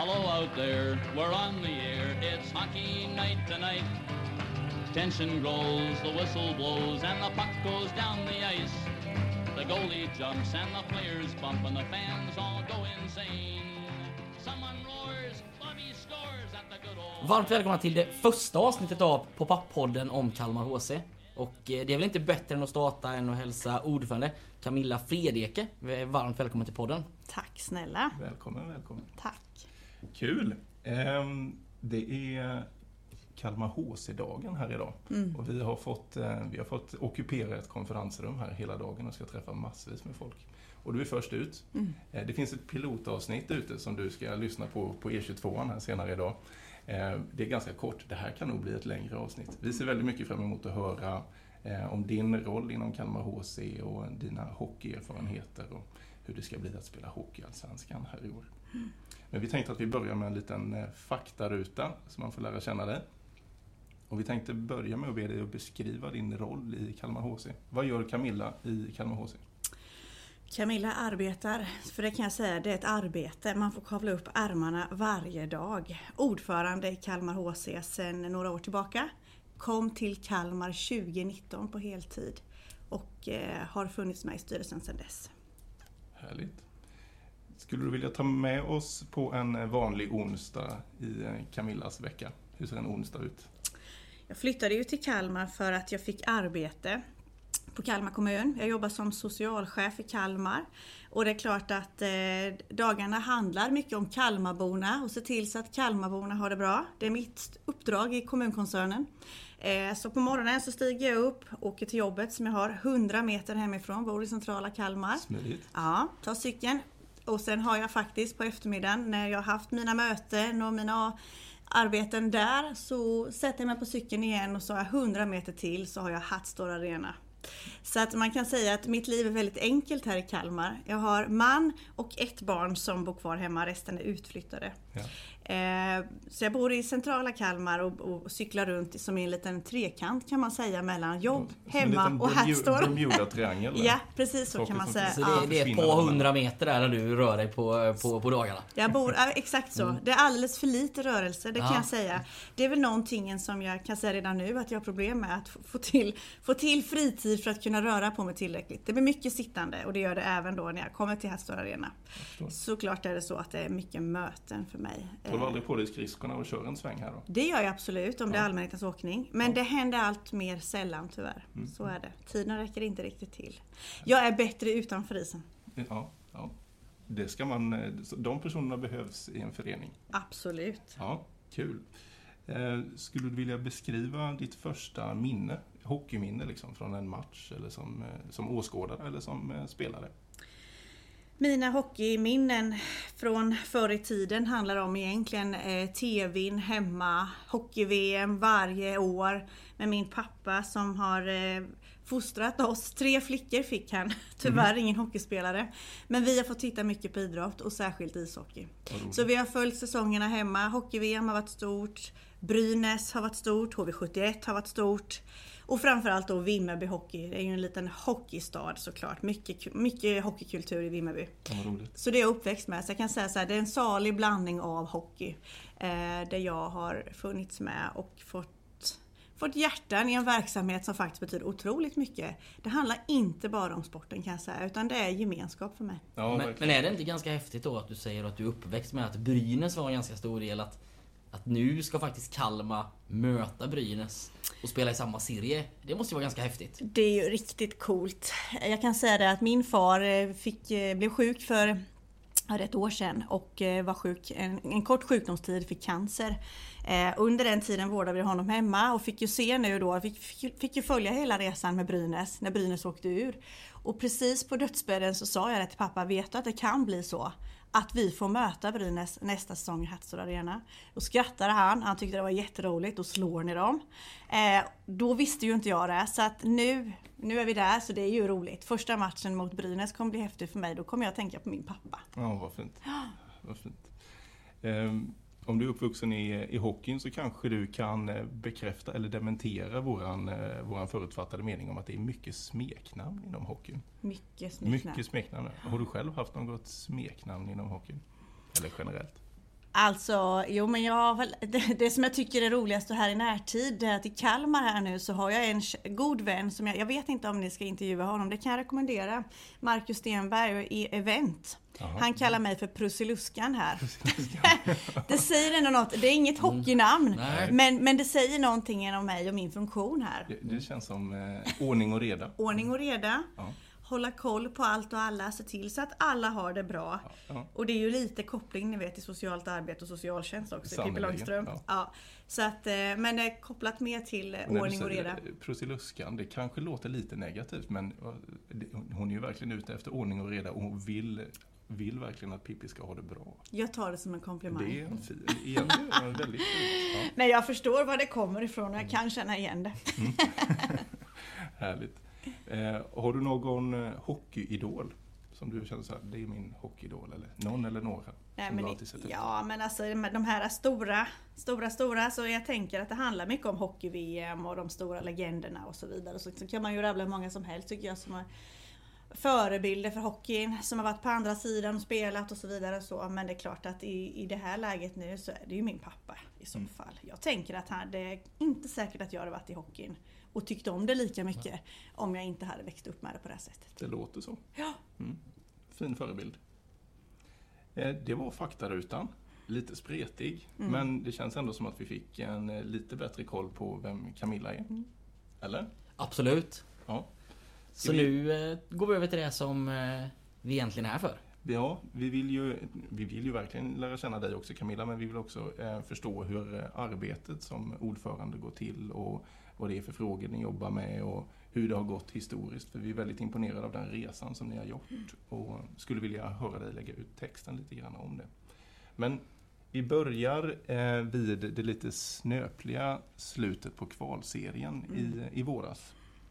Hello out there, we're on the air. It's hockey night tonight. Tension grows, the whistle blows, and the puck goes down the ice. The goalie jumps and the players bump and the fans all go insane. Someone roars, Bobby scores at the good old... Varmt välkomna till det första avsnittet av Pop-Up-podden om Kalmar HC. Och det är väl inte bättre än att starta än att hälsa ordförande Camilla Fredeke. Varmt välkommen till podden. Tack snälla. Välkommen. Tack. Kul. Det är Kalmar HC-dagen här idag. Och vi har fått ockupera ett konferensrum här hela dagen och ska träffa massvis med folk. Och du är först ut. Det finns ett pilotavsnitt ute som du ska lyssna på E22 här senare idag. Det är ganska kort. Det här kan nog bli ett längre avsnitt. Vi ser väldigt mycket fram emot att höra om din roll inom Kalmar HC och dina hockeyerfarenheter och hur det ska bli att spela hockey i Allsvenskan här i år. Men vi tänkte att vi börjar med en liten faktaruta så man får lära känna dig. Och vi tänkte börja med att be dig att beskriva din roll i Kalmar HC. Vad gör Camilla i Kalmar HC? Camilla arbetar, för det kan jag säga, det är ett arbete. Man får kavla upp ärmarna varje dag. Ordförande i Kalmar HC sedan några år tillbaka. Kom till Kalmar 2019 på heltid och har funnits med i styrelsen sedan dess. Härligt. Skulle du vilja ta med oss på en vanlig onsdag i Camillas vecka? Hur ser en onsdag ut? Jag flyttade ju till Kalmar för att jag fick arbete på Kalmar kommun. Jag jobbar som socialchef i Kalmar. Och det är klart att dagarna handlar mycket om Kalmarborna och se till så att Kalmarborna har det bra. Det är mitt uppdrag i kommunkoncernen. Så på morgonen så stiger jag upp, åker till jobbet som jag har 100 meter hemifrån, bor i centrala Kalmar. Smidigt. Ja, tar cykeln. Och sen har jag faktiskt på eftermiddagen när jag har haft mina möten och mina arbeten där så sätter jag mig på cykeln igen och så har jag 100 meter till så har jag Hattstor Arena. Så att man kan säga att mitt liv är väldigt enkelt här i Kalmar. Jag har man och ett barn som bor kvar hemma, resten är utflyttade. Ja. Så jag bor i centrala Kalmar och cyklar runt som i en liten trekant kan man säga mellan jobb, hemma och Hattstor. Bermuda-triangel. Ja, precis så kan man säga. Så det är ett par 100 meter där när du rör dig på dagarna. Jag bor, exakt så. Det är alldeles för lite rörelse, det kan jag säga. Det är väl någonting som jag kan säga redan nu att jag har problem med att få till fritid för att kunna röra på mig tillräckligt. Det blir mycket sittande och det gör det även då när jag kommer till Hattstor Arena. Såklart är det så att det är mycket möten för mig. Tar du aldrig på dig skridskorna och kör en sväng här då? Det gör jag absolut om det är allmänhetens åkning. Men det händer allt mer sällan tyvärr. Så är det. Tiden räcker inte riktigt till. Jag är bättre utanför isen. Ja. Det ska de personerna behövs i en förening. Absolut. Ja, kul. Skulle du vilja beskriva ditt första minne, hockeyminne liksom, från en match eller som åskådare eller som spelare? Mina hockeyminnen från förr i tiden handlar om egentligen tvn hemma, hockey-VM varje år med min pappa som har fostrat oss. 3 flickor fick han, tyvärr ingen hockeyspelare. Men vi har fått titta mycket på idrott och särskilt ishockey. Så vi har följt säsongerna hemma, hockey-VM har varit stort, Brynäs har varit stort, HV71 har varit stort. Och framförallt då Vimmerby Hockey. Det är ju en liten hockeystad såklart. Mycket hockeykultur i Vimmerby. Så det är jag uppväxt med. Så jag kan säga så här, det är en salig blandning av hockey. Där jag har funnits med och fått hjärtan i en verksamhet som faktiskt betyder otroligt mycket. Det handlar inte bara om sporten kan jag säga, utan det är gemenskap för mig. Ja, men är det inte ganska häftigt då att du säger att du är uppväxt med att Brynäs var en ganska stor del att nu ska faktiskt Kalmar möta Brynäs och spela i samma serie. Det måste ju vara ganska häftigt. Det är ju riktigt coolt. Jag kan säga det att min far blev sjuk för ett år sedan och var sjuk en kort sjukdomstid, fick cancer. Under den tiden vårdade vi honom hemma och fick ju se nu då, fick ju följa hela resan med Brynäs när Brynäs åkte ur. Och precis på dödsbädden så sa jag det till pappa, vet du att det kan bli så? Att vi får möta Brynäs nästa säsong i Hattstor Arena. Då skrattade han tyckte det var jätteroligt, och slår ni dem. Då visste ju inte jag det, så att nu är vi där, så det är ju roligt. Första matchen mot Brynäs kommer bli häftig för mig, då kommer jag att tänka på min pappa. Ja, vad fint. Vad fint. Om du är uppvuxen i hockeyn så kanske du kan bekräfta eller dementera våran förutfattade mening om att det är mycket smeknamn inom hockeyn. Mycket smeknamn. Har du själv haft något smeknamn inom hockeyn? Eller generellt? Alltså, jo men jag har väl, det som jag tycker är roligast här i närtid, det är att i Kalmar här nu så har jag en god vän som jag vet inte om ni ska intervjua honom, det kan jag rekommendera. Marcus Stenberg i Event. Aha. Han kallar mig för Prussiluskan här. Det säger ändå något, det är inget hockeynamn, men det säger någonting om mig och min funktion här. Det känns som ordning och reda. Ordning och reda. Ja. Hålla koll på allt och alla, se till så att alla har det bra. Ja. Och det är ju lite koppling ni vet till socialt arbete och socialtjänst också, Pippi Långstrump. Ja. Så att, men det är kopplat mer till ordning och reda. Prussiluskan, det kanske låter lite negativt, men hon är ju verkligen ute efter ordning och reda och hon vill verkligen att Pippi ska ha det bra. Jag tar det som en komplimang. Det är en fin, egentligen väldigt fint. Ja. Men jag förstår var det kommer ifrån och jag kan känna igen det. Härligt. Har du någon hockeyidol som du känner så här, det är min hockeyidol eller någon eller några? Nej, men alltså de här stora så jag tänker att det handlar mycket om hockey-VM och de stora legenderna och så vidare. Så kan man ju rabbla många som helst tycker jag som har förebilder för hockeyn som har varit på andra sidan och spelat och så vidare och så. Men det är klart att i det här läget nu så är det ju min pappa i så fall. Jag tänker att det är inte säkert att jag hade varit i hockeyn och tyckte om det lika mycket om jag inte hade växt upp med det på det här sättet. Det låter så. Ja. Fin förebild. Det var faktarutan. Lite spretig. Men det känns ändå som att vi fick en lite bättre koll på vem Camilla är. Eller? Absolut. Ja. Så nu går vi över till det som vi egentligen är här för. Ja, vi vill ju verkligen lära känna dig också Camilla, men vi vill också förstå hur arbetet som ordförande går till och vad det är för frågor ni jobbar med och hur det har gått historiskt. För vi är väldigt imponerade av den resan som ni har gjort och skulle vilja höra dig lägga ut texten lite grann om det. Men vi börjar vid det lite snöpliga slutet på kvalserien i våras.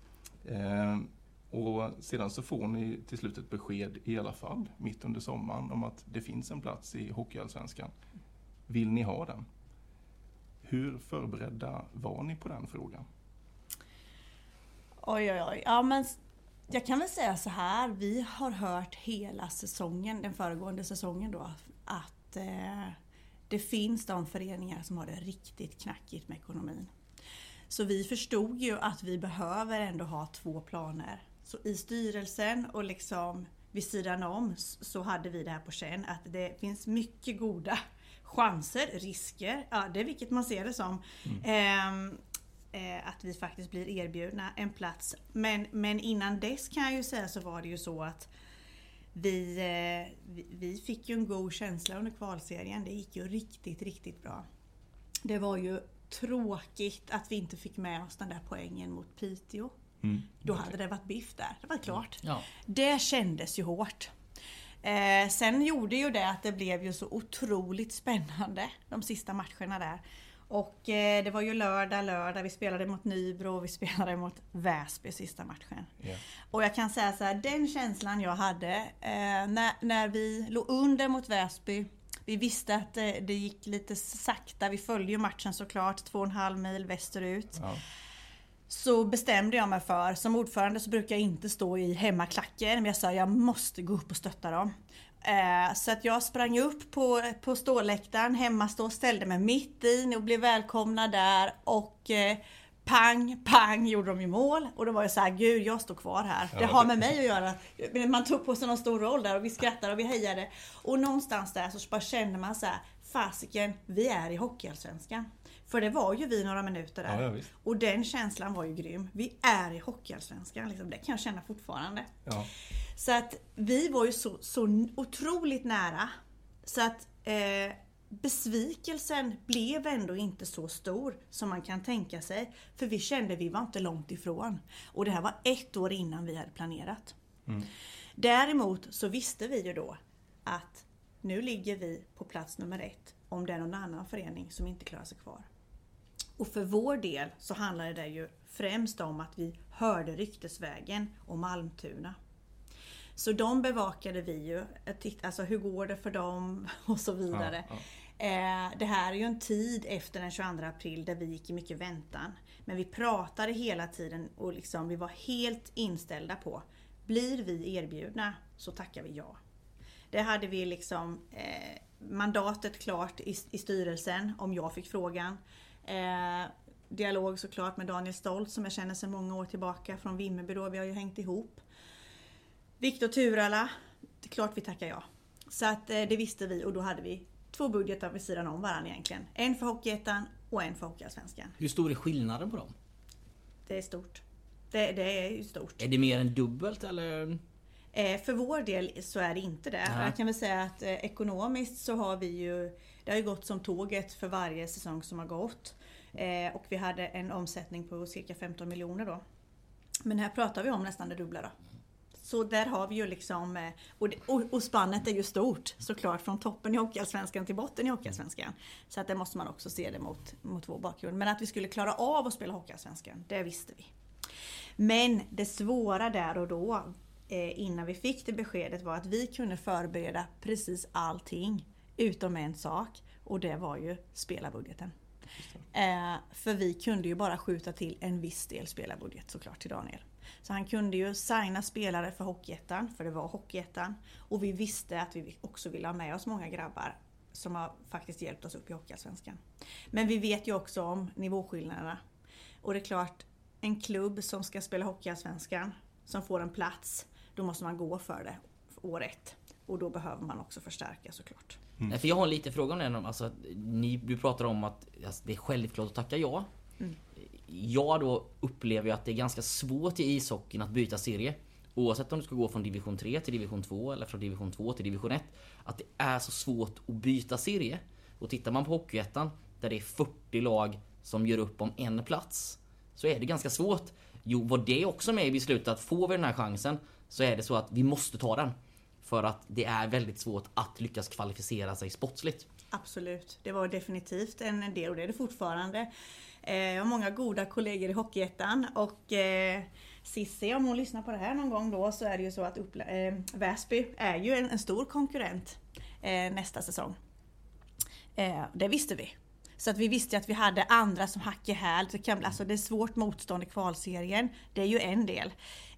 Och sedan så får ni till slut ett besked i alla fall mitt under sommaren om att det finns en plats i Hockeyallsvenskan. Vill ni ha den? Hur förberedda var ni på den frågan? Oj. Ja, men jag kan väl säga så här. Vi har hört hela säsongen, den föregående säsongen då, att det finns de föreningar som har det riktigt knackigt med ekonomin. Så vi förstod ju att vi behöver ändå ha 2 planer. Så i styrelsen och liksom vid sidan om så hade vi det här på känn att det finns mycket goda chanser, risker, ja det är vilket man ser det som, att vi faktiskt blir erbjudna en plats. Men innan dess kan jag ju säga så var det ju så att vi fick ju en god känsla under kvalserien. Det gick ju riktigt, riktigt bra. Det var ju tråkigt att vi inte fick med oss den där poängen mot Piteå. Då hade det varit biff där. Det var klart. Ja. Det kändes ju hårt. Sen gjorde ju det att det blev ju så otroligt spännande de sista matcherna där. Och det var ju lördag. Vi spelade mot Nybro och vi spelade mot Väsby sista matchen. Yeah. Och jag kan säga så här, den känslan jag hade när vi låg under mot Väsby. Vi visste att det gick lite sakta. Vi följde ju matchen såklart 2,5 mil västerut. Ja. Så bestämde jag mig för, som ordförande så brukar jag inte stå i hemmaklacker. Men jag sa jag måste gå upp och stötta dem. Så att jag sprang upp på ståläktaren, hemmastå, ställde mig mitt i och blev välkomna där. Och pang gjorde de i mål. Och då var jag så här, gud jag står kvar här. Det har med mig att göra. Man tog på sig någon stor roll där och vi skrattade och vi hejade. Och någonstans där så bara kände man så här, fasiken, vi är i Hockeyallsvenskan. För det var ju vi några minuter där. Ja, och den känslan var ju grym. Vi är i Hockeyallsvenskan. Liksom. Det kan jag känna fortfarande. Ja. Så att vi var ju så otroligt nära. Så att besvikelsen blev ändå inte så stor som man kan tänka sig. För vi kände vi var inte långt ifrån. Och det här var 1 år innan vi hade planerat. Däremot så visste vi ju då att nu ligger vi på plats nummer 1 om det är någon annan förening som inte klarar sig kvar. Och för vår del så handlar det ju främst om att vi hörde ryktesvägen om Almtuna. Så de bevakade vi ju, alltså hur går det för dem och så vidare. Det här är ju en tid efter den 22 april där vi gick i mycket väntan. Men vi pratade hela tiden och liksom, vi var helt inställda på, blir vi erbjudna så tackar vi ja. Det hade vi liksom mandatet klart i styrelsen om jag fick frågan. Dialog såklart med Daniel Stolt som jag känner sedan många år tillbaka från Vimmerby då. Vi har ju hängt ihop. Viktor Turala, det är klart vi tackar ja. Så att det visste vi och då hade vi 2 budgetar vid sidan om varandra egentligen. En för Hockeyettan och en för Hockeyallsvenskan. Hur stor är skillnaden på dem? Det är stort. Det är ju stort. Är det mer än dubbelt eller? För vår del så är det inte det. Nej. Jag kan väl säga att ekonomiskt så har vi ju, det har ju gått som tåget för varje säsong som har gått. Och vi hade en omsättning på cirka 15 miljoner då. Men här pratar vi om nästan det dubbla då. Så där har vi ju liksom, och spannet är ju stort såklart från toppen i Hockeyallsvenskan till botten i Hockeyallsvenskan. Så att det måste man också se det mot vår bakgrund. Men att vi skulle klara av att spela Hockeyallsvenskan, det visste vi. Men det svåra där och då, innan vi fick det beskedet, var att vi kunde förbereda precis allting utom en sak. Och det var ju spelarbudgeten. För vi kunde ju bara skjuta till en viss del spelarbudget såklart till Daniel. Så han kunde ju signa spelare för Hockeyettan, för det var Hockeyettan. Och vi visste att vi också ville ha med oss många grabbar som har faktiskt hjälpt oss upp i Hockeyallsvenskan. Men vi vet ju också om nivåskillnaderna. Och det är klart, en klubb som ska spela Hockeyallsvenskan, som får en plats, då måste man gå för det år 1. Och då behöver man också förstärka såklart. Mm. För jag har lite fråga om det. Alltså, du pratar om att det är självklart att tacka ja. Mm. Jag då upplever att det är ganska svårt i ishockeyn att byta serie. Oavsett om du ska gå från division 3 till division 2 eller från division 2 till division 1. Att det är så svårt att byta serie. Och tittar man på Hockeyettan där det är 40 lag som gör upp om en plats, så är det ganska svårt. Jo, var det också med i beslutet att får vi den här chansen så är det så att vi måste ta den. För att det är väldigt svårt att lyckas kvalificera sig sportsligt. Absolut, det var definitivt en del och det är det fortfarande. Jag har många goda kollegor i Hockeyettan och Cissi, om hon lyssnar på det här någon gång då, så är det ju så att Väsby är ju en stor konkurrent nästa säsong. Det visste vi. Så att vi visste att vi hade andra som hack i häl. Alltså det är svårt motstånd i kvalserien. Det är ju en del.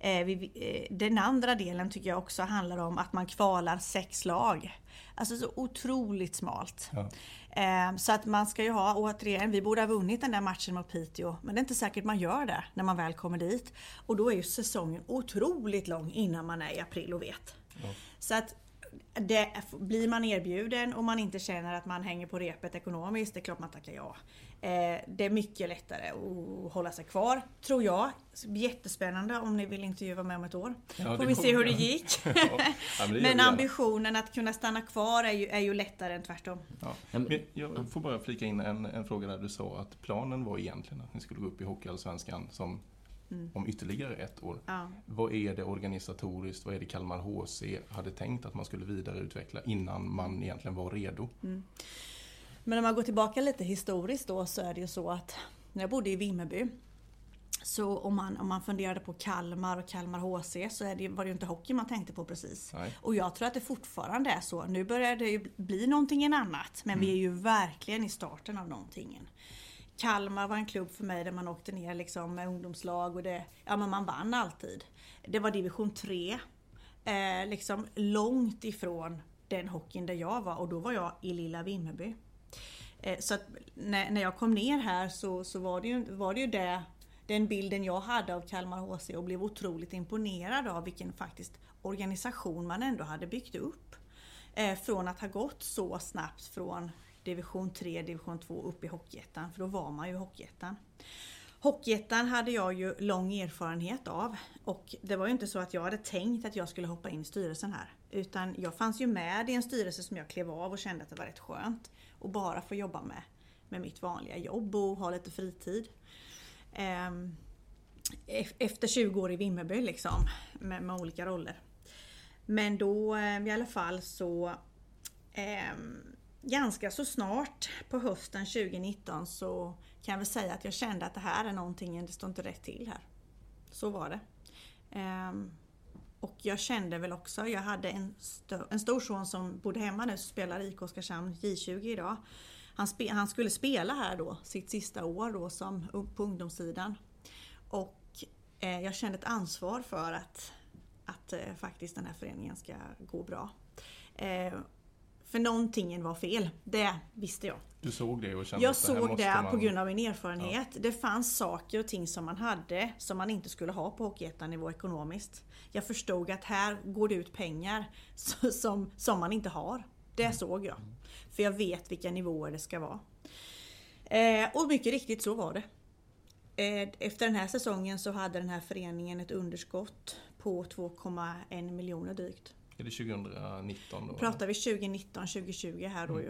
Den andra delen tycker jag också handlar om att man kvalar 6 lag. Alltså så otroligt smalt. Ja. Så att man ska ju ha, återigen, vi borde ha vunnit den där matchen mot Piteå. Men det är inte säkert man gör det när man väl kommer dit. Och då är ju säsongen otroligt lång innan man är i april och vet. Ja. Så att blir man erbjuden och man inte känner att man hänger på repet ekonomiskt, det är klart man tackar ja. Det är mycket lättare att hålla sig kvar, tror jag. Jättespännande om ni vill intervjua med om ett år. Ja, får vi se hur det gick. Men ambitionen att kunna stanna kvar är ju lättare än tvärtom. Ja. Men jag får bara flika in en fråga där du sa att planen var egentligen att ni skulle gå upp i Hockeyallsvenskan som om ytterligare 1 år. Ja. Vad är det organisatoriskt, vad är det Kalmar HC hade tänkt att man skulle vidareutveckla innan man egentligen var redo? Mm. Men om man går tillbaka lite historiskt då, så är det ju så att när jag bodde i Vimmerby, så om man funderade på Kalmar och Kalmar HC, så var det ju inte hockey man tänkte på precis. Nej. Och jag tror att det fortfarande är så. Nu börjar det ju bli någonting annat, men vi är ju verkligen i starten av någonting. Kalmar var en klubb för mig där man åkte ner liksom med ungdomslag och men man vann alltid. Det var division 3, liksom långt ifrån den hockeyn där jag var, och då var jag i lilla Vimmerby. Så att när jag kom ner här så var det ju den bilden jag hade av Kalmar HC, och blev otroligt imponerad av vilken faktiskt organisation man ändå hade byggt upp. Från att ha gått så snabbt från division 3, division 2 upp i Hockeyettan, för då var man ju i Hockeyettan. Hockeyettan hade jag ju lång erfarenhet av, och det var ju inte så att jag hade tänkt att jag skulle hoppa in i styrelsen här, utan jag fanns ju med i en styrelse som jag klev av och kände att det var rätt skönt och bara få jobba med mitt vanliga jobb och ha lite fritid. Efter 20 år i Vimmerby liksom, med olika roller. Men då i alla fall så ganska så snart på hösten 2019 så kan jag väl säga att jag kände att det här är någonting, det står inte rätt till här. Så var det. Och jag kände väl också, jag hade en stor son som bodde hemma nu, som spelar i IK Oskarshamn J20 idag. Han skulle spela här då, sitt sista år då på ungdomssidan. Och jag kände ett ansvar för att faktiskt den här föreningen ska gå bra. För någonting var fel. Det visste jag. Du såg det och kände Jag att det här såg måste det man... på grund av min erfarenhet. Ja. Det fanns saker och ting som man hade som man inte skulle ha på Hockeyettan-nivå ekonomiskt. Jag förstod att här går det ut pengar som man inte har. Det såg jag. För jag vet vilka nivåer det ska vara. Och mycket riktigt så var det. Efter den här säsongen så hade den här föreningen ett underskott på 2,1 miljoner drygt. Är det 2019 då? Pratar vi 2019-2020 här då ju.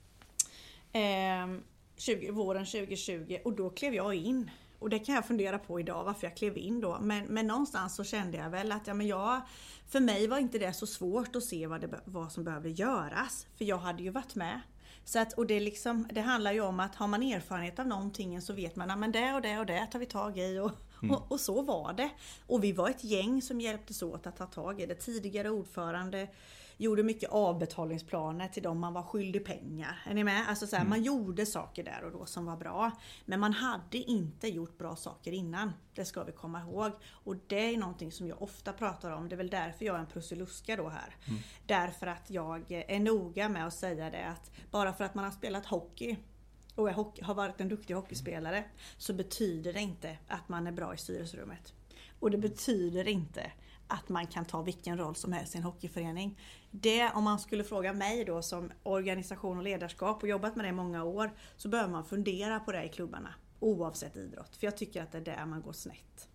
Våren 2020 och då klev jag in. Och det kan jag fundera på idag varför jag klev in då. Men någonstans så kände jag väl att för mig var inte det så svårt att se vad som behövde göras. För jag hade ju varit med. Så att, och det handlar ju om att har man erfarenhet av någonting så vet man att det och det och det tar vi tag i och så var det. Och vi var ett gäng som hjälptes åt att ta tag i det. Tidigare ordförande gjorde mycket avbetalningsplaner till dem man var skyldig pengar. Är ni med? Alltså man gjorde saker där och då som var bra. Men man hade inte gjort bra saker innan. Det ska vi komma ihåg. Och det är någonting som jag ofta pratar om. Det är väl därför jag är en prussiluska då här. Därför att jag är noga med att säga det att bara för att man har spelat hockey och har varit en duktig hockeyspelare så betyder det inte att man är bra i styrelserummet. Och det betyder inte att man kan ta vilken roll som helst i en hockeyförening. Det, om man skulle fråga mig då som organisation och ledarskap och jobbat med det i många år, så behöver man fundera på det i klubbarna oavsett idrott. För jag tycker att det är där man går snett.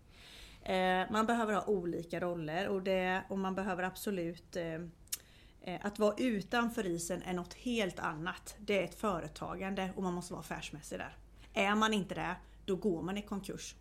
Man behöver ha olika roller och man behöver absolut att vara utanför isen är något helt annat. Det är ett företagande och man måste vara affärsmässig där. Är man inte det, då går man i konkurs.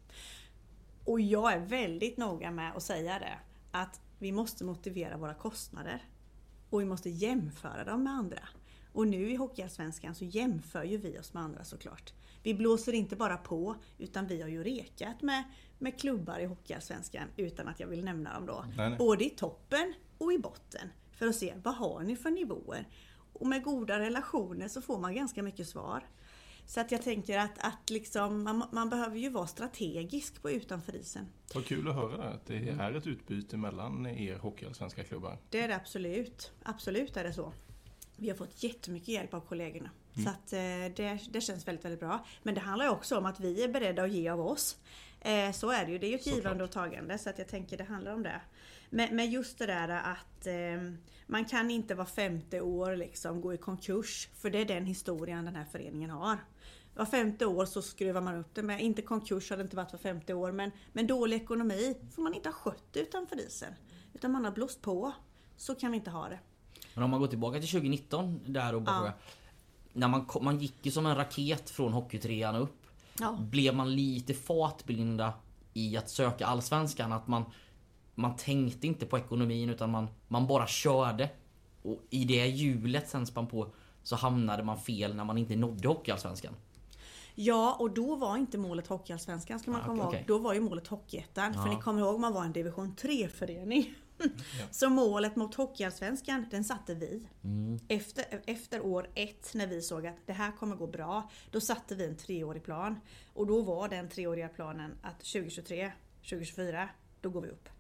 Och jag är väldigt noga med att säga det. Att vi måste motivera våra kostnader. Och vi måste jämföra dem med andra. Och nu i Hockeyallsvenskan så jämför ju vi oss med andra såklart. Vi blåser inte bara på, utan vi har ju rekat med klubbar i Hockeyallsvenskan utan att jag vill nämna dem då. Nej. Både i toppen och i botten. För att se, vad har ni för nivåer? Och med goda relationer så får man ganska mycket svar. Så att jag tänker att liksom, man behöver ju vara strategisk på utanför isen. Vad kul att höra det. Att det är ett utbyte mellan er hockeyallsvenska klubbar. Det är det absolut. Absolut är det så. Vi har fått jättemycket hjälp av kollegorna. Så att det känns väldigt, väldigt bra. Men det handlar ju också om att vi är beredda att ge av oss. Så är det ju. Det är ju ett givande och tagande. Så att jag tänker det handlar om det. Men just det där att man kan inte vara 50 år liksom gå i konkurs. För det är den historien den här föreningen har. Var 50 år så skruvar man upp det med. Inte konkurs har det inte varit för 50 år. Men dålig ekonomi får man inte ha skött utanför isen. Utan man har blåst på. Så kan vi inte ha det. Men om man går tillbaka till 2019 där och bara... När man gick ju som en raket från hockeytrean upp. Ja. Blev man lite fartblinda i att söka allsvenskan. Att man tänkte inte på ekonomin utan man bara körde. Och i det hjulet sen spann på så hamnade man fel när man inte nådde hockeyallsvenskan. Ja, och då var inte målet Hockeyallsvenskan ska man komma ihåg. Då var ju målet Hockeyettan. För ni kommer ihåg man var en division 3-förening. Så målet mot Hockeyallsvenskan, den satte vi. Efter år 1 när vi såg att det här kommer gå bra, då satte vi en 3-årig plan. Och då var den 3-åriga planen att 2023, 2024, då går vi upp.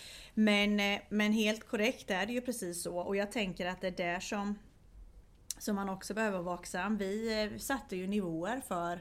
Men helt korrekt är det ju precis så. Och jag tänker att det är där som man också behöver vara vaksam. Vi satte ju nivåer för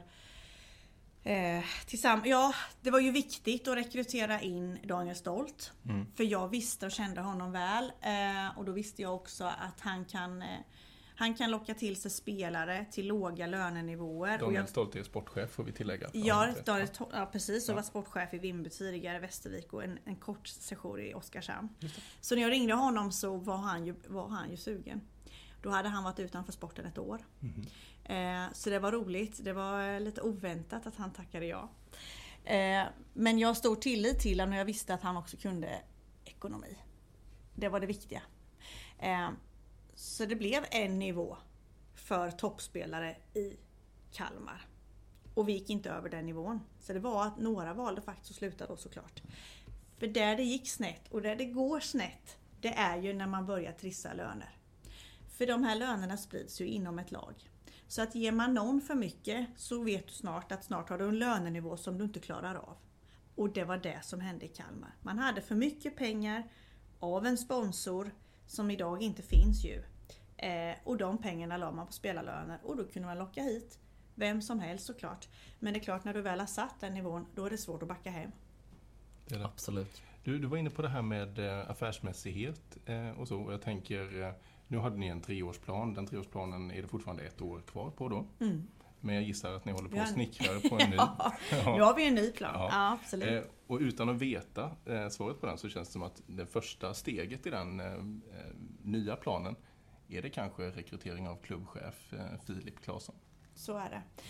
det var ju viktigt att rekrytera in Daniel Stolt. För jag visste och kände honom väl. Och då visste jag också att han kan locka till sig spelare till låga lönenivåer. Daniel Stolt är sportchef får vi tillägga. Ja, precis. Och var sportchef i Vimmerby tidigare, Västervik och en kort session i Oskarshamn. Så när jag ringde honom så var han ju sugen. Då hade han varit utanför sporten ett år. Så det var roligt. Det var lite oväntat att han tackade ja. Men jag stod tillit till honom och jag visste att han också kunde ekonomi. Det var det viktiga. Så det blev en nivå för toppspelare i Kalmar. Och vi gick inte över den nivån. Så det var att några valde faktiskt att sluta då såklart. För där det gick snett och där det går snett, det är ju när man börjar trissa löner. För de här lönerna sprids ju inom ett lag. Så att ger man någon för mycket så vet du snart har du en lönenivå som du inte klarar av. Och det var det som hände i Kalmar. Man hade för mycket pengar av en sponsor som idag inte finns ju. Och de pengarna la man på spelarlöner och då kunde man locka hit vem som helst såklart. Men det är klart, när du väl har satt den nivån, då är det svårt att backa hem. Absolut. Du var inne på det här med affärsmässighet och så. Och jag tänker, nu hade ni en 3-årsplan. Den 3-årsplanen är det fortfarande 1 år kvar på då. Men jag gissar att ni håller på att snickra på en ny. Nu har vi en ny plan. Ja, absolut. Och utan att veta svaret på den så känns det som att det första steget i den nya planen är det kanske rekrytering av klubbchef Filip Claesson. Så är det. Ja.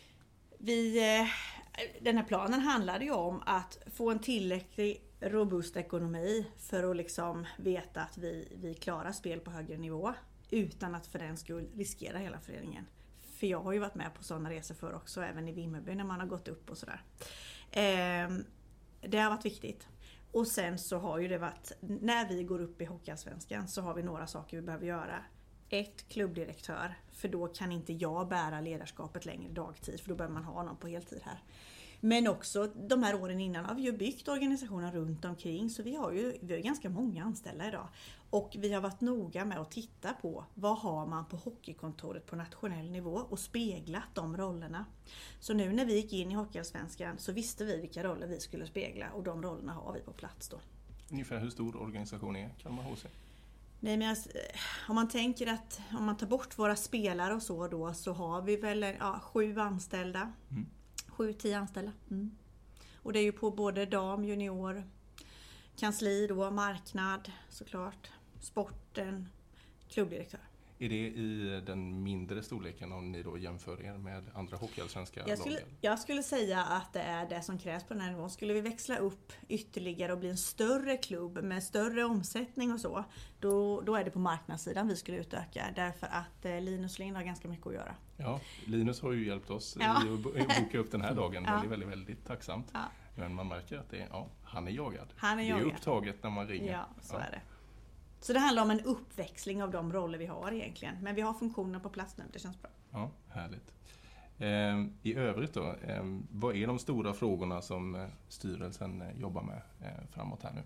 Den här planen handlade ju om att få en tillräcklig robust ekonomi för att liksom veta att vi klarar spel på högre nivå utan att för den skull riskera hela föreningen. För jag har ju varit med på sådana resor för också, även i Vimmerby när man har gått upp och sådär. Det har varit viktigt. Och sen så har ju det varit, när vi går upp i Hockeyallsvenskan så har vi några saker vi behöver göra. 1, klubbdirektör, för då kan inte jag bära ledarskapet längre dagtid, för då behöver man ha någon på heltid här. Men också de här åren innan har vi ju byggt organisationen runt omkring, så vi har ganska många anställda idag. Och vi har varit noga med att titta på vad har man på hockeykontoret på nationell nivå och speglat de rollerna. Så nu när vi gick in i Hockeyallsvenskan så visste vi vilka roller vi skulle spegla, och de rollerna har vi på plats då. Ungefär hur stor organisation är Kalmar HC? Nej, men om man tänker att om man tar bort våra spelare och så då, så har vi väl 7 anställda. 7-10 anställda. Och det är ju på både dam, junior, kansli då, marknad såklart, sporten, klubbdirektör. Är det i den mindre storleken om ni då jämför er med andra hockeyallsvenska lag? Jag skulle säga att det är det som krävs på den här nivån. Skulle vi växla upp ytterligare och bli en större klubb med större omsättning och så, då är det på marknadssidan vi skulle utöka. Därför att Linus Lind har ganska mycket att göra. Ja, Linus har ju hjälpt oss i att boka upp den här dagen. Väldigt, väldigt, väldigt tacksamt. Ja. Men man märker att han är jagad. Han är jagad. Det är upptaget när man ringer. Ja, så är det. Så det handlar om en uppväxling av de roller vi har egentligen. Men vi har funktioner på plats nu, det känns bra. Ja, härligt. I övrigt då, vad är de stora frågorna som styrelsen jobbar med framåt här nu?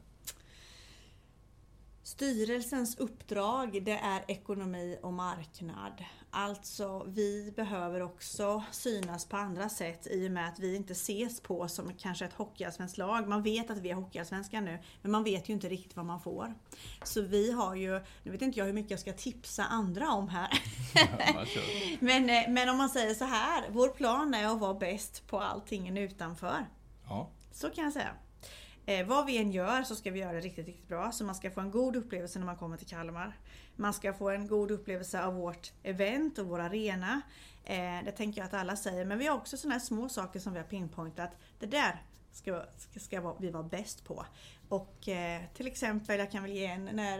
Styrelsens uppdrag, det är ekonomi och marknad. Alltså vi behöver också synas på andra sätt i och med att vi inte ses på som kanske ett hockeyallsvenskt lag. Man vet att vi är hockeyallsvenska nu, men man vet ju inte riktigt vad man får. Så vi har ju, nu vet inte jag hur mycket jag ska tipsa andra om här. Men om man säger så här, vår plan är att vara bäst på allting utanför. Ja. Så kan jag säga. Vad vi än gör så ska vi göra det riktigt, riktigt bra. Så man ska få en god upplevelse när man kommer till Kalmar. Man ska få en god upplevelse av vårt event och vår arena. Det tänker jag att alla säger. Men vi har också sådana här små saker som vi har pinpointat. Det där ska vi vara bäst på. Och till exempel, jag kan väl ge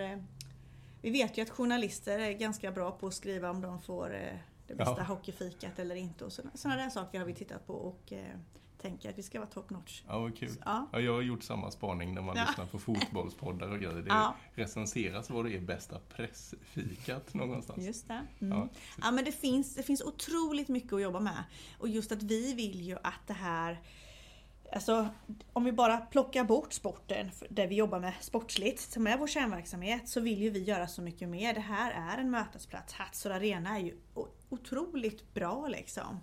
vi vet ju att journalister är ganska bra på att skriva om de får det bästa hockeyfikat eller inte. Och sådana där saker har vi tittat på och tänker att vi ska vara top notch. Ja, vad kul. Ja, jag har gjort samma spaning när man lyssnar på fotbollspoddar och grejer. Det recenseras vad det är bästa pressfikat någonstans. Just det. Ja, men det finns otroligt mycket att jobba med. Och just att vi vill ju att det här, alltså om vi bara plockar bort sporten där vi jobbar med sportsligt som är vår kärnverksamhet, så vill ju vi göra så mycket mer. Det här är en mötesplats. Hatsor Arena är ju otroligt bra liksom.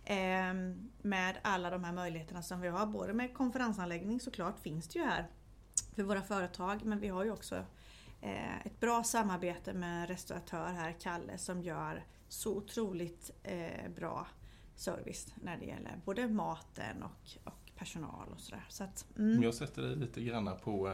Med alla de här möjligheterna som vi har, både med konferensanläggning såklart finns det ju här för våra företag, men vi har ju också ett bra samarbete med restauratör här, Kalle, som gör så otroligt bra service när det gäller både maten och personal och sådär. Så att, Jag sätter dig lite grann på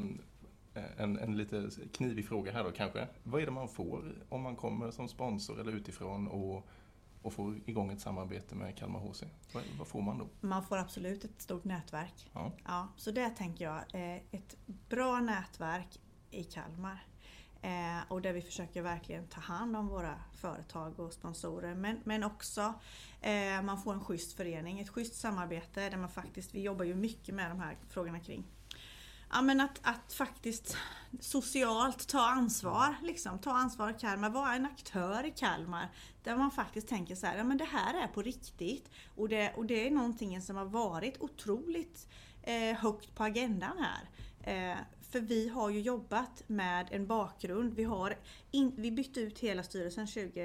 en lite knivig fråga här då kanske. Vad är det man får om man kommer som sponsor eller utifrån och få igång ett samarbete med Kalmar HC? Vad får man då? Man får absolut ett stort nätverk. Ja, så det tänker jag ett bra nätverk i Kalmar. Och där vi försöker verkligen ta hand om våra företag och sponsorer. Men också man får en schysst förening, ett schysst samarbete där man faktiskt, vi jobbar ju mycket med de här frågorna kring. Ja, men att faktiskt socialt ta ansvar, liksom, ta ansvar i Kalmar, vara en aktör i Kalmar där man faktiskt tänker så här, ja men det här är på riktigt och det är någonting som har varit otroligt högt på agendan här. För vi har ju jobbat med en bakgrund. Vi bytte ut hela styrelsen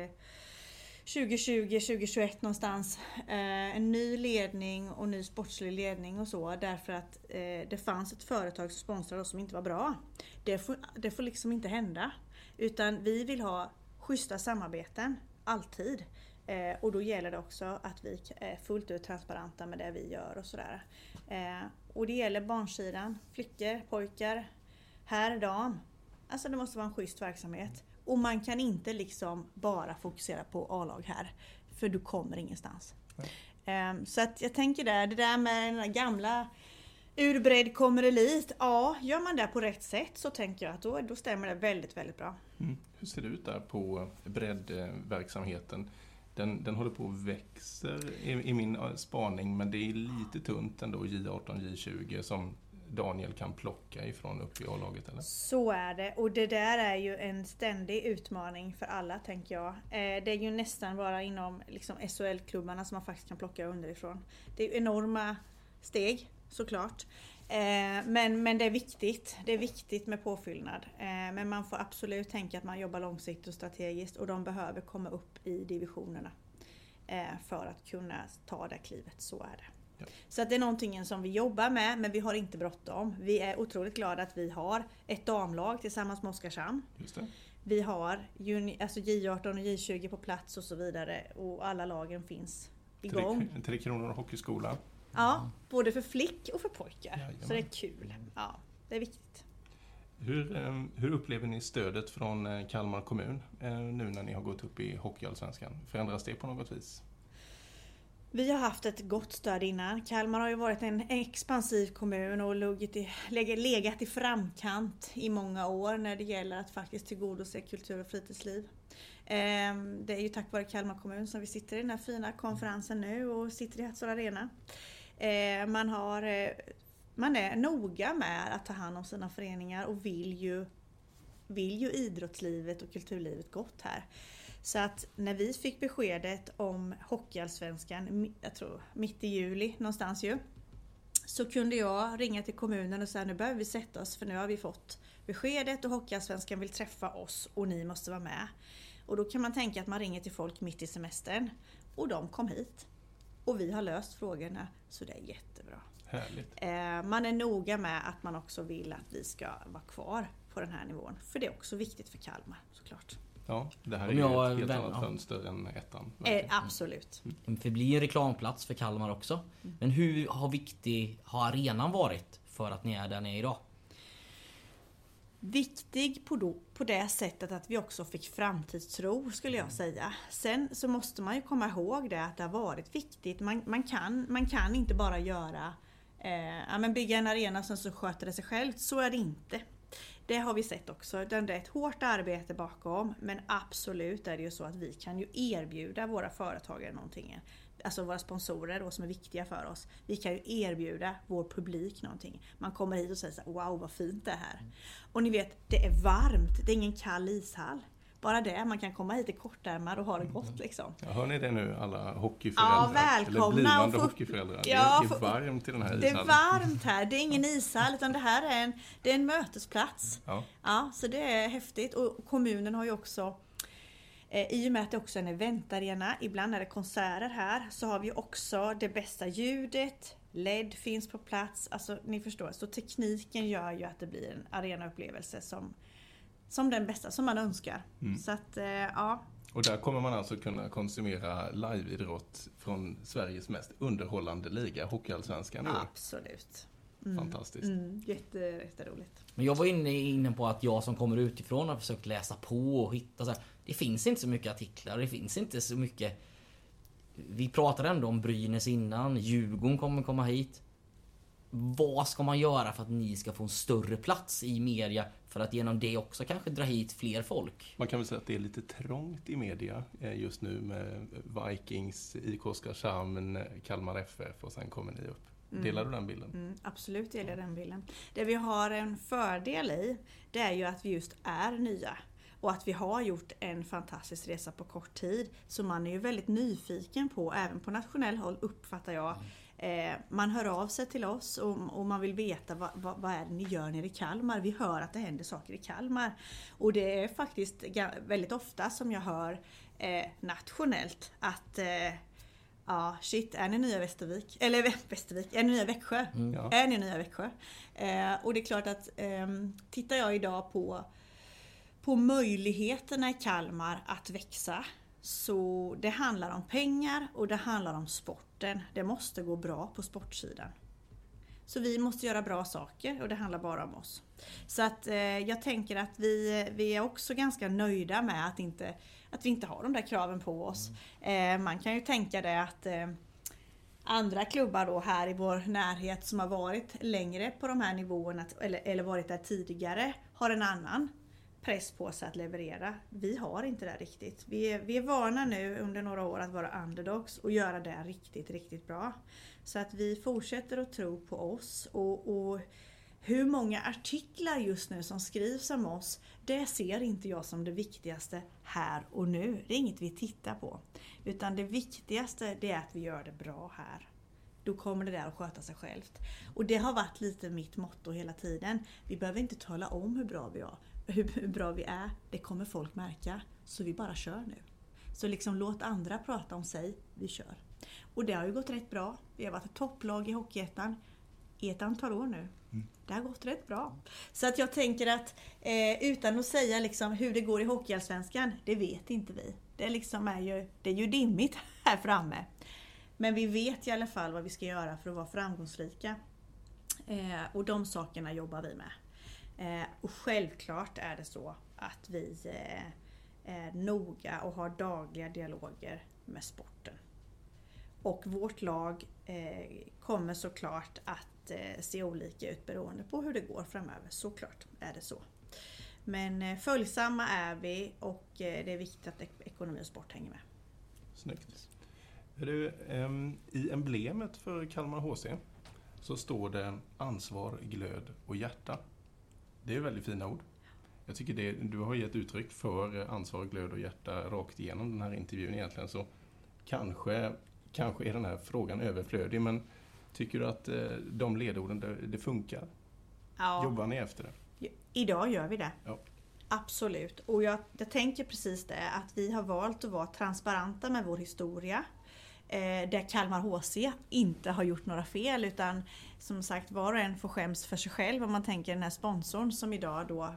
2020, 2021 någonstans. En ny ledning och ny sportslig ledning och så. Därför att det fanns ett företag som sponsrade oss som inte var bra. Det får liksom inte hända. Utan vi vill ha schyssta samarbeten. Alltid. Och då gäller det också att vi är fullt ut transparenta med det vi gör och sådär. Och det gäller barnsidan, flickor, pojkar, herr, dam. Alltså det måste vara en schysst verksamhet. Och man kan inte liksom bara fokusera på A-lag här. För du kommer ingenstans. Så att jag tänker det där med den gamla urbredd kommer elit. Ja, gör man det på rätt sätt så tänker jag att då stämmer det väldigt, väldigt bra. Hur ser det ut där på breddverksamheten? Den håller på och växer i min spaning, men det är lite tunt ändå, J18, J20 som Daniel kan plocka ifrån upp i A-laget, eller? Så är det, och det där är ju en ständig utmaning för alla, tänker jag. Det är ju nästan bara inom liksom SHL-klubbarna som man faktiskt kan plocka underifrån. Det är ju enorma steg, såklart. Men det är viktigt. Det är viktigt med påfyllnad. Men man får absolut tänka att man jobbar långsiktigt och strategiskt, och de behöver komma upp i divisionerna för att kunna ta det klivet. Så är det. Ja. Så att det är någonting som vi jobbar med, men vi har inte bråttom. Vi är otroligt glada att vi har ett damlag tillsammans med Oskarshamn. Just det. Vi har alltså J18 och J20 på plats och så vidare, och alla lagen finns igång. 3 Kronor hockeyskola. Ja, både för flick och för pojkar. Jajamän. Så det är kul. Ja, det är viktigt. Hur upplever ni stödet från Kalmar kommun nu när ni har gått upp i Hockeyallsvenskan? Förändras det på något vis? Vi har haft ett gott stöd innan. Kalmar har ju varit en expansiv kommun och legat i framkant i många år när det gäller att faktiskt tillgodose kultur- och fritidsliv. Det är ju tack vare Kalmar kommun som vi sitter i den här fina konferensen nu och sitter i Hatshäll Arena. Man är noga med att ta hand om sina föreningar och vill ju idrottslivet och kulturlivet gott här. Så att när vi fick beskedet om Hockeyallsvenskan, jag tror mitt i juli någonstans ju, så kunde jag ringa till kommunen och säga: nu behöver vi sätta oss, för nu har vi fått beskedet och Hockeyallsvenskan vill träffa oss och ni måste vara med. Och då kan man tänka att man ringer till folk mitt i semestern, och de kom hit. Och vi har löst frågorna, så det är jättebra. Härligt. Man är noga med att man också vill att vi ska vara kvar på den här nivån. För det är också viktigt för Kalmar, såklart. Ja, det här är ju ett helt annat fönster än ettan. Absolut. Det blir en reklamplats för Kalmar också. Men hur viktig har arenan varit för att ni är där ni är idag? Viktig på det sättet att vi också fick framtidstro, skulle jag säga. Sen så måste man ju komma ihåg det, att det har varit viktigt. Man kan inte bara bygga en arena och sen så sköter det sig självt. Så är det inte. Det har vi sett också. Det är ett hårt arbete bakom. Men absolut är det ju så att vi kan ju erbjuda våra företagare någonting. Alltså våra sponsorer då, som är viktiga för oss. Vi kan ju erbjuda vår publik någonting. Man kommer hit och säger så här: wow, vad fint det är här. Och ni vet, det är varmt. Det är ingen kall ishall. Bara det, man kan komma hit i kortärmar och ha det gott liksom. Ja, hör ni det nu, alla hockeyföräldrar? Ja, välkomna. Eller blivande hockeyföräldrar. Ja, det är varmt i den här ishallen. Det är varmt här. Det är ingen ishall, utan det här är en mötesplats. Ja, så det är häftigt. Och kommunen har ju också, i och med att det också är en eventarena, ibland är det konserter här, så har vi också det bästa ljudet. LED finns på plats. Alltså, ni förstår. Så tekniken gör ju att det blir en arenaupplevelse som den bästa, som man önskar. Så att, ja. Och där kommer man alltså kunna konsumera liveidrott från Sveriges mest underhållande liga, Hockeyallsvenskan. Absolut. Fantastiskt. Jätteroligt. Men jag var inne på att jag som kommer utifrån har försökt läsa på och hitta så här. Det finns inte så mycket artiklar, det finns inte så mycket. Vi pratade ändå om Brynäs innan, Djurgården kommer komma hit. Vad ska man göra för att ni ska få en större plats i media, för att genom det också kanske dra hit fler folk? Man kan väl säga att det är lite trångt i media just nu med Vikings, IK Oskarshamn, Kalmar FF och sen kommer ni upp. Delar du den bilden? Absolut delar jag den bilden. Det vi har en fördel i, det är ju att vi just är nya. Och att vi har gjort en fantastisk resa på kort tid. Så man är ju väldigt nyfiken på, även på nationell håll uppfattar jag, Man hör av sig till oss och man vill veta vad är det ni gör nere i Kalmar. Vi hör att det händer saker i Kalmar. Och det är faktiskt väldigt ofta som jag hör nationellt att ja, shit, är ni nya Västervik? Eller Västervik, är ni nya Växjö? Ja. Är ni nya Växjö? Och det är klart att tittar jag idag på möjligheterna i Kalmar att växa, så det handlar om pengar och det handlar om sporten. Det måste gå bra på sportsidan. Så vi måste göra bra saker och det handlar bara om oss. Så att jag tänker att vi är också ganska nöjda med att vi inte har de där kraven på oss. Man kan ju tänka det att andra klubbar då här i vår närhet som har varit längre på de här nivåerna eller varit där tidigare har en annan press på sig att leverera. Vi har inte det riktigt. Vi är vana nu under några år att vara underdogs och göra det riktigt, riktigt bra. Så att vi fortsätter att tro på oss och hur många artiklar just nu som skrivs om oss, det ser inte jag som det viktigaste här och nu. Det är inget vi tittar på. Utan det viktigaste det är att vi gör det bra här. Då kommer det där att sköta sig självt. Och det har varit lite mitt motto hela tiden. Vi behöver inte tala om hur bra vi är. Det kommer folk märka. Så vi bara kör nu. Så liksom låt andra prata om sig. Vi kör. Och det har ju gått rätt bra. Vi har varit ett topplag i Hockeyettan i ett antal år nu. Det har gått rätt bra. Så att jag tänker att utan att säga liksom hur det går i Hockeyallsvenskan, det vet inte vi. Det liksom det är ju dimmigt här framme. Men vi vet i alla fall vad vi ska göra för att vara framgångsrika. Och de sakerna jobbar vi med. Och självklart är det så att vi är noga och har dagliga dialoger med sporten. Och vårt lag kommer såklart att se olika ut beroende på hur det går framöver. Såklart är det så. Men följsamma är vi och det är viktigt att ekonomi och sport hänger med. Snyggt. I emblemet för Kalmar HC så står det ansvar, glöd och hjärta. Det är väldigt fina ord. Jag tycker du har gett uttryck för ansvar, glöd och hjärta rakt igenom den här intervjun egentligen. Så kanske är den här frågan överflödig, men tycker du att de ledorden det funkar? Ja. Jobbar ni efter det? Idag gör vi det. Ja. Absolut. Och jag tänker precis det, att vi har valt att vara transparenta med vår historia. Där Kalmar HC inte har gjort några fel, utan som sagt var och en får skäms för sig själv. Om man tänker den här sponsorn som idag då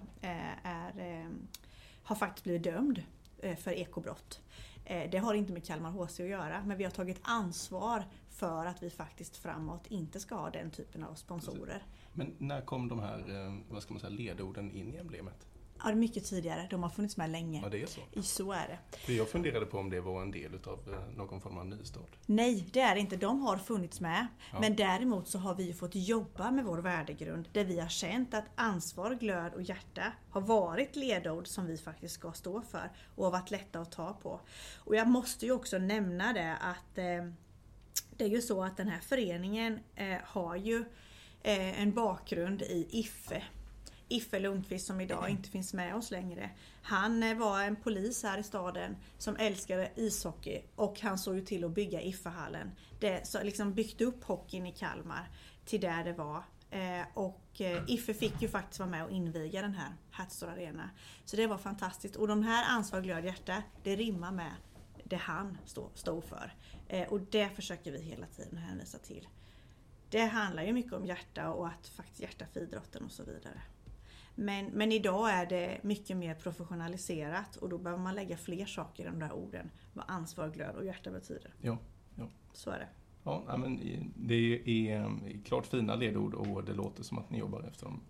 har faktiskt blivit dömd för ekobrott. Det har inte med Kalmar HC att göra, men vi har tagit ansvar för att vi faktiskt framåt inte ska ha den typen av sponsorer. Men när kom de här ledorden in i emblemet? Ja, mycket tidigare. De har funnits med länge. Ja, det är så. Så är det. För jag funderade på om det var en del av någon form av nystart. Nej, det är det inte. De har funnits med. Ja. Men däremot så har vi fått jobba med vår värdegrund. Där vi har känt att ansvar, glöd och hjärta har varit ledord som vi faktiskt ska stå för. Och har varit lätta att ta på. Och jag måste ju också nämna det att det är ju så att den här föreningen har ju en bakgrund i Iffe Lundqvist som idag inte finns med oss längre. Han var en polis här i staden som älskade ishockey och han såg ju till att bygga Iffe-hallen. Det så liksom byggt upp hockeyn i Kalmar till där det var. Och Iffe fick ju faktiskt vara med och inviga den här Hertstor Arena. Så det var fantastiskt. Och de här ansvar, glöd, hjärta, det rimmar med det han stod för. Och det försöker vi hela tiden hänvisa till. Det handlar ju mycket om hjärta och att faktiskt hjärta för idrotten och så vidare. Men idag är det mycket mer professionaliserat och då behöver man lägga fler saker i de där orden. Vad ansvar, glöd och hjärta betyder. Ja. Så är det. Ja, men det är klart fina ledord och det låter som att ni jobbar efter dem.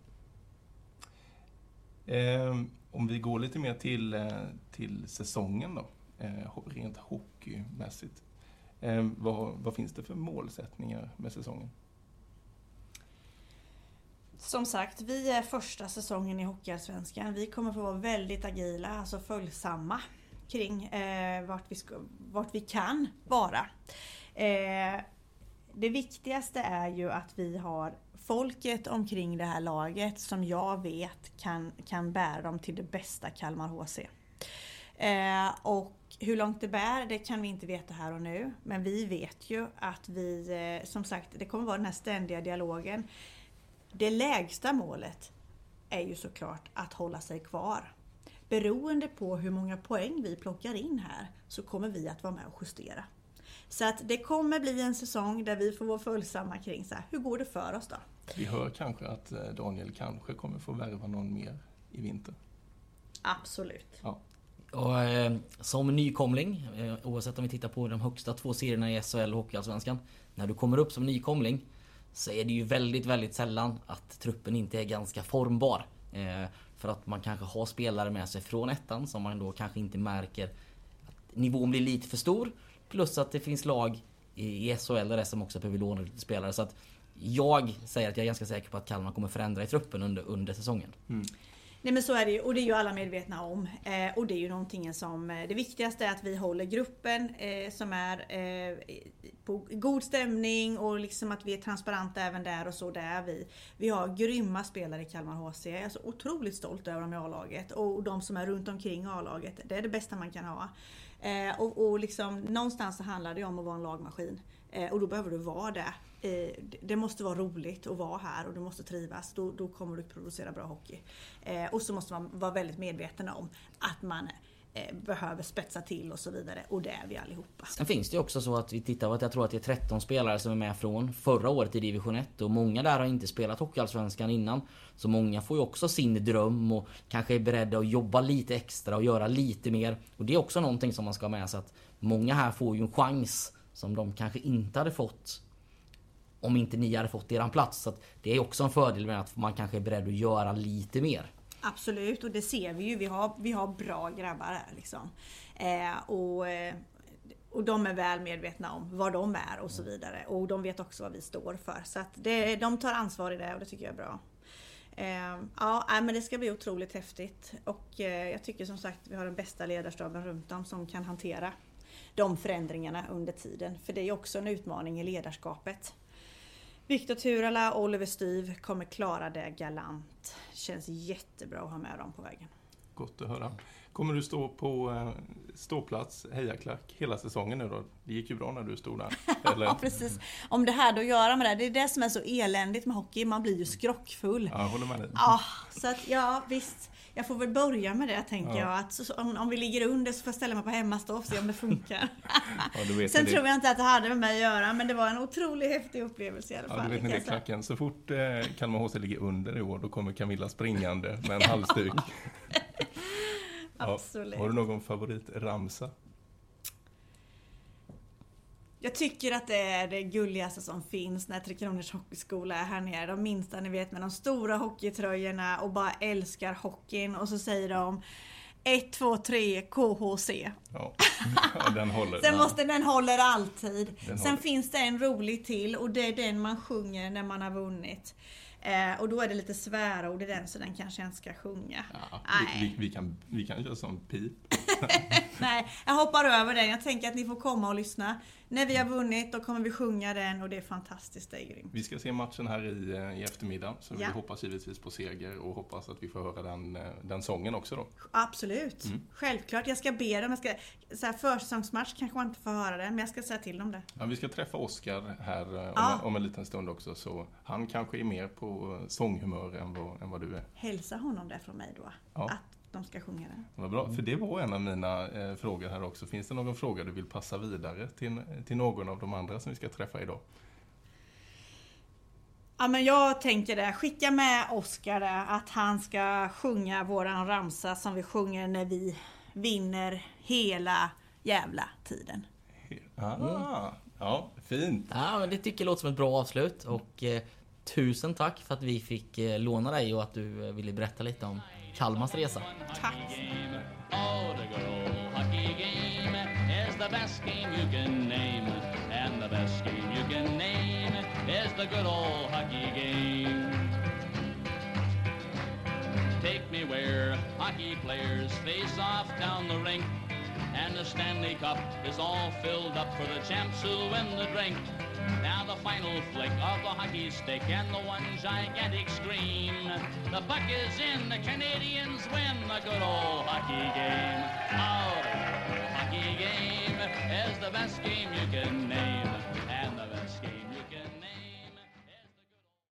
Om vi går lite mer till säsongen då, rent hockeymässigt. Vad finns det för målsättningar med säsongen? Som sagt, vi är första säsongen i Hockeyallsvenskan. Vi kommer få vara väldigt agila, alltså följsamma kring vart vi kan vara. Det viktigaste är ju att vi har folket omkring det här laget som jag vet kan bära dem till det bästa Kalmar HC. Och hur långt det bär, det kan vi inte veta här och nu. Men vi vet ju att vi, som sagt, det kommer vara den här ständiga dialogen. Det lägsta målet är ju såklart att hålla sig kvar. Beroende på hur många poäng vi plockar in här så kommer vi att vara med och justera. Så att det kommer bli en säsong där vi får vara följsamma kring så här, hur går det för oss då? Vi hör kanske att Daniel kanske kommer få värva någon mer i vinter. Absolut. Ja. Och som nykomling, oavsett om vi tittar på de högsta 2 serierna i SHL och Hockeyallsvenskan, när du kommer upp som nykomling så är det ju väldigt, väldigt sällan att truppen inte är ganska formbar. För att man kanske har spelare med sig från ettan som man då kanske inte märker att nivån blir lite för stor. Plus att det finns lag i SHL där som också behöver låna lite spelare. Så att jag säger att jag är ganska säker på att Kalmar kommer förändra i truppen under säsongen. Nej men så är det ju, och det är ju alla medvetna om. Och det är ju någonting som, det viktigaste är att vi håller gruppen som är på god stämning och liksom att vi är transparenta även där och så där vi. Vi har grymma spelare i Kalmar HC. Jag är så otroligt stolt över dem i A-laget och de som är runt omkring A-laget. Det är det bästa man kan ha. Och liksom, någonstans så handlar det om att vara en lagmaskin. Och då behöver du vara det. Det måste vara roligt att vara här och du måste trivas. Då kommer du producera bra hockey. Och så måste man vara väldigt medveten om att man behöver spetsa till och så vidare. Och det är vi allihopa. Sen finns det ju också så att vi tittar på att jag tror att det är 13 spelare som är med från förra året i division 1. Och många där har inte spelat Hockeyallsvenskan innan. Så många får ju också sin dröm och kanske är beredda att jobba lite extra och göra lite mer. Och det är också någonting som man ska ha med sig, att många här får ju en chans som de kanske inte hade fått om inte ni hade fått eran plats. Så att det är också en fördel med att man kanske är beredd att göra lite mer. Absolut, och det ser vi ju. Vi har bra grabbar här liksom. Och de är väl medvetna om vad de är och så vidare. Och de vet också vad vi står för. Så att de tar ansvar i det och det tycker jag är bra. Men det ska bli otroligt häftigt. Och jag tycker som sagt vi har den bästa ledarstaben runt om som kan hantera de förändringarna under tiden. För det är också en utmaning i ledarskapet. Viktor Turala och Oliver Styv kommer klara det galant. Känns jättebra att ha med dem på vägen. Gott att höra. Kommer du stå på ståplats, hejaklack, hela säsongen nu då? Det gick ju bra när du stod där. Eller? Ja, precis. Om det här då att göra med det är det som är så eländigt med hockey. Man blir ju skrockfull. Ja, jag håller med dig. Ja, så att ja, visst. Jag får väl börja med det, tänker jag. Att om vi ligger under så får jag ställa mig på hemmastå och se om det funkar. Ja, Sen tror jag inte att det hade med mig att göra, men det var en otroligt häftig upplevelse i alla fall. Ja, du vet när det är klacken. Så fort Kalmar HC ligger under i år, då kommer Camilla springande med en halsduk. Absolut. Har du någon favoritramsa? Jag tycker att det är det gulligaste som finns när Tre Kronors hockeyskola är här nere. De minsta ni vet med de stora hockeytröjorna och bara älskar hockeyn. Och så säger de 1, 2, 3 KHC. Ja, den håller. Den håller alltid. Sen finns det en rolig till och det är den man sjunger när man har vunnit. Och då är det lite svära och det är den så den kanske jag inte ska sjunga. Ja, vi kan göra som pip. Nej, jag hoppar över den. Jag tänker att ni får komma och lyssna. När vi har vunnit då kommer vi sjunga den och det är fantastiskt, det är grymt. Vi ska se matchen här i eftermiddag så vi hoppas givetvis på seger och hoppas att vi får höra den sången också då. Absolut, självklart. Jag ska be dem, så här försäsongsmatch kanske man inte får höra den, men jag ska säga till dem det. Ja, vi ska träffa Oskar här om en liten stund också, så han kanske är mer på sånghumör än vad du är. Hälsa honom där från mig då, att de ska sjunga den. Vad bra, för det var en av mina frågor här också. Finns det någon fråga du vill passa vidare till någon av de andra som vi ska träffa idag? Ja, men jag tänker det. Skicka med Oskar att han ska sjunga våran ramsa som vi sjunger när vi vinner hela jävla tiden. Ja, fint. Ja, men det tycker jag låter som ett bra avslut. Och tusen tack för att vi fick låna dig och att du ville berätta lite om Kalmars resa. Tack. Oh, the good old hockey game is the best game you can name. And the best game you can name is the good old hockey game. Take me where hockey players face off down the rink, and the Stanley Cup is all filled up for the champs who win the drink. Now the final flick of the hockey stick and the one gigantic scream. The puck is in, the Canadians win the good old hockey game. Oh, hockey game is the best game you can name.